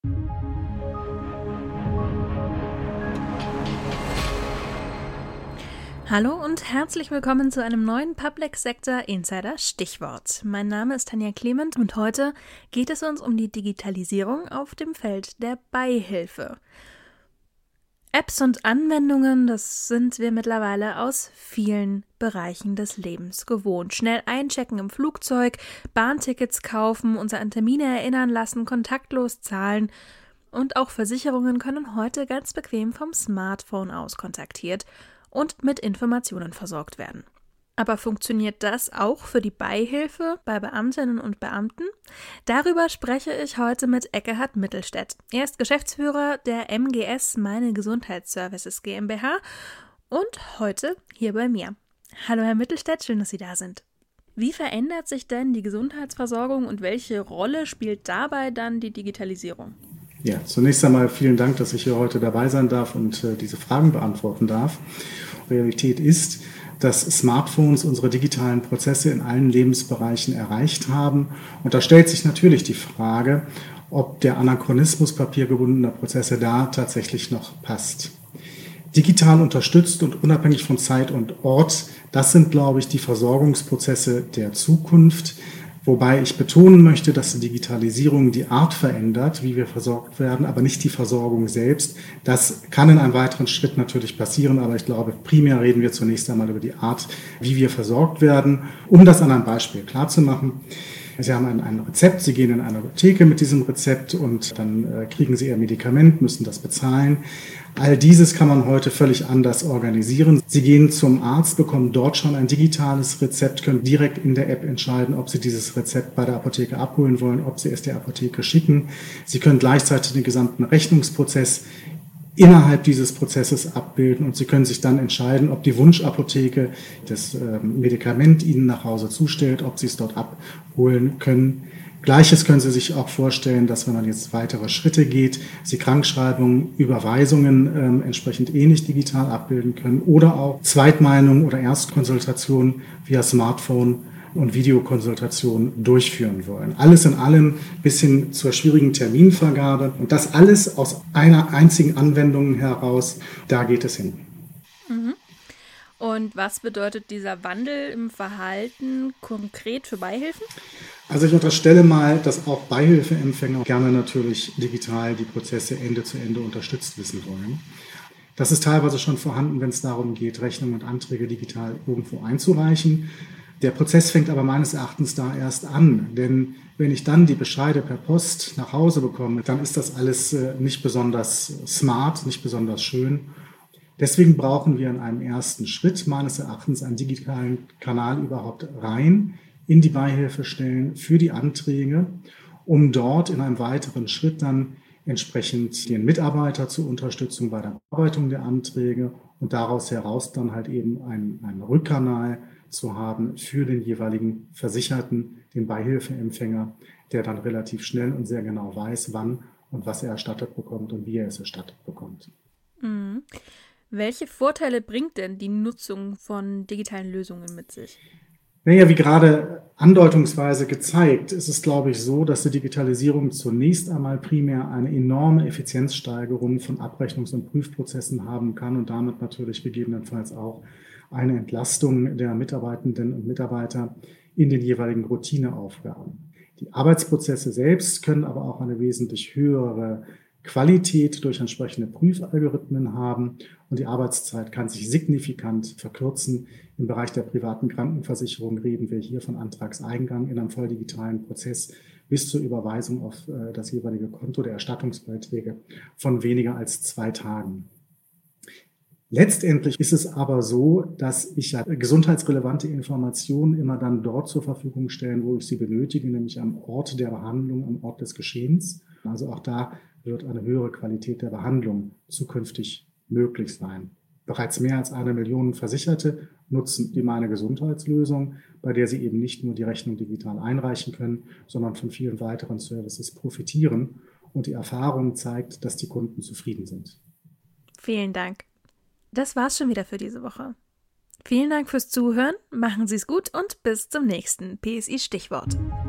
Hallo und herzlich willkommen zu einem neuen Public Sector Insider Stichwort. Mein Name ist Tanja Clement und heute geht es uns um die Digitalisierung auf dem Feld der Beihilfe. Apps und Anwendungen, das sind wir mittlerweile aus vielen Bereichen des Lebens gewohnt. Schnell einchecken im Flugzeug, Bahntickets kaufen, uns an Termine erinnern lassen, kontaktlos zahlen. Und auch Versicherungen können heute ganz bequem vom Smartphone aus kontaktiert und mit Informationen versorgt werden. Aber funktioniert das auch für die Beihilfe bei Beamtinnen und Beamten? Darüber spreche ich heute mit Ekkehard Mittelstädt. Er ist Geschäftsführer der MGS Meine Gesundheitsservices GmbH und heute hier bei mir. Hallo Herr Mittelstädt, schön, dass Sie da sind. Wie verändert sich denn die Gesundheitsversorgung und welche Rolle spielt dabei dann die Digitalisierung? Ja, zunächst einmal vielen Dank, dass ich hier heute dabei sein darf und diese Fragen beantworten darf. Realität ist, dass Smartphones unsere digitalen Prozesse in allen Lebensbereichen erreicht haben. Und da stellt sich natürlich die Frage, ob der Anachronismus papiergebundener Prozesse da tatsächlich noch passt. Digital unterstützt und unabhängig von Zeit und Ort, das sind, glaube ich, die Versorgungsprozesse der Zukunft. Wobei ich betonen möchte, dass die Digitalisierung die Art verändert, wie wir versorgt werden, aber nicht die Versorgung selbst. Das kann in einem weiteren Schritt natürlich passieren, aber ich glaube, primär reden wir zunächst einmal über die Art, wie wir versorgt werden. Um das an einem Beispiel klarzumachen: Sie haben ein Rezept, Sie gehen in eine Apotheke mit diesem Rezept und dann kriegen Sie Ihr Medikament, müssen das bezahlen. All dieses kann man heute völlig anders organisieren. Sie gehen zum Arzt, bekommen dort schon ein digitales Rezept, können direkt in der App entscheiden, ob Sie dieses Rezept bei der Apotheke abholen wollen, ob Sie es der Apotheke schicken. Sie können gleichzeitig den gesamten Rechnungsprozess innerhalb dieses Prozesses abbilden und Sie können sich dann entscheiden, ob die Wunschapotheke das Medikament Ihnen nach Hause zustellt, ob Sie es dort abholen können. Gleiches können Sie sich auch vorstellen, dass, wenn man jetzt weitere Schritte geht, Sie Krankschreibungen, Überweisungen entsprechend ähnlich digital abbilden können oder auch Zweitmeinungen oder Erstkonsultationen via Smartphone und Videokonsultation durchführen wollen. Alles in allem bis hin zur schwierigen Terminvergabe und das alles aus einer einzigen Anwendung heraus, da geht es hin. Und was bedeutet dieser Wandel im Verhalten konkret für Beihilfen? Also ich unterstelle mal, dass auch Beihilfeempfänger gerne natürlich digital die Prozesse Ende zu Ende unterstützt wissen wollen. Das ist teilweise schon vorhanden, wenn es darum geht, Rechnungen und Anträge digital irgendwo einzureichen. Der Prozess fängt aber meines Erachtens da erst an, denn wenn ich dann die Bescheide per Post nach Hause bekomme, dann ist das alles nicht besonders smart, nicht besonders schön. Deswegen brauchen wir in einem ersten Schritt meines Erachtens einen digitalen Kanal überhaupt rein in die Beihilfestellen für die Anträge, um dort in einem weiteren Schritt dann entsprechend den Mitarbeiter zur Unterstützung bei der Bearbeitung der Anträge und daraus heraus dann halt eben einen Rückkanal zu haben für den jeweiligen Versicherten, den Beihilfeempfänger, der dann relativ schnell und sehr genau weiß, wann und was er erstattet bekommt und wie er es erstattet bekommt. Mhm. Welche Vorteile bringt denn die Nutzung von digitalen Lösungen mit sich? Naja, wie gerade andeutungsweise gezeigt, ist es, glaube ich, so, dass die Digitalisierung zunächst einmal primär eine enorme Effizienzsteigerung von Abrechnungs- und Prüfprozessen haben kann und damit natürlich gegebenenfalls auch eine Entlastung der Mitarbeitenden und Mitarbeiter in den jeweiligen Routineaufgaben. Die Arbeitsprozesse selbst können aber auch eine wesentlich höhere Qualität durch entsprechende Prüfalgorithmen haben und die Arbeitszeit kann sich signifikant verkürzen. Im Bereich der privaten Krankenversicherung reden wir hier von Antragseingang in einem voll digitalen Prozess bis zur Überweisung auf das jeweilige Konto der Erstattungsbeiträge von weniger als 2 Tagen. Letztendlich ist es aber so, dass ich ja gesundheitsrelevante Informationen immer dann dort zur Verfügung stellen, wo ich sie benötige, nämlich am Ort der Behandlung, am Ort des Geschehens. Also auch da wird eine höhere Qualität der Behandlung zukünftig möglich sein. Bereits mehr als 1 Million Versicherte nutzen die Meine Gesundheitslösung, bei der sie eben nicht nur die Rechnung digital einreichen können, sondern von vielen weiteren Services profitieren. Und die Erfahrung zeigt, dass die Kunden zufrieden sind. Vielen Dank. Das war's schon wieder für diese Woche. Vielen Dank fürs Zuhören, machen Sie es gut und bis zum nächsten PSI Stichwort.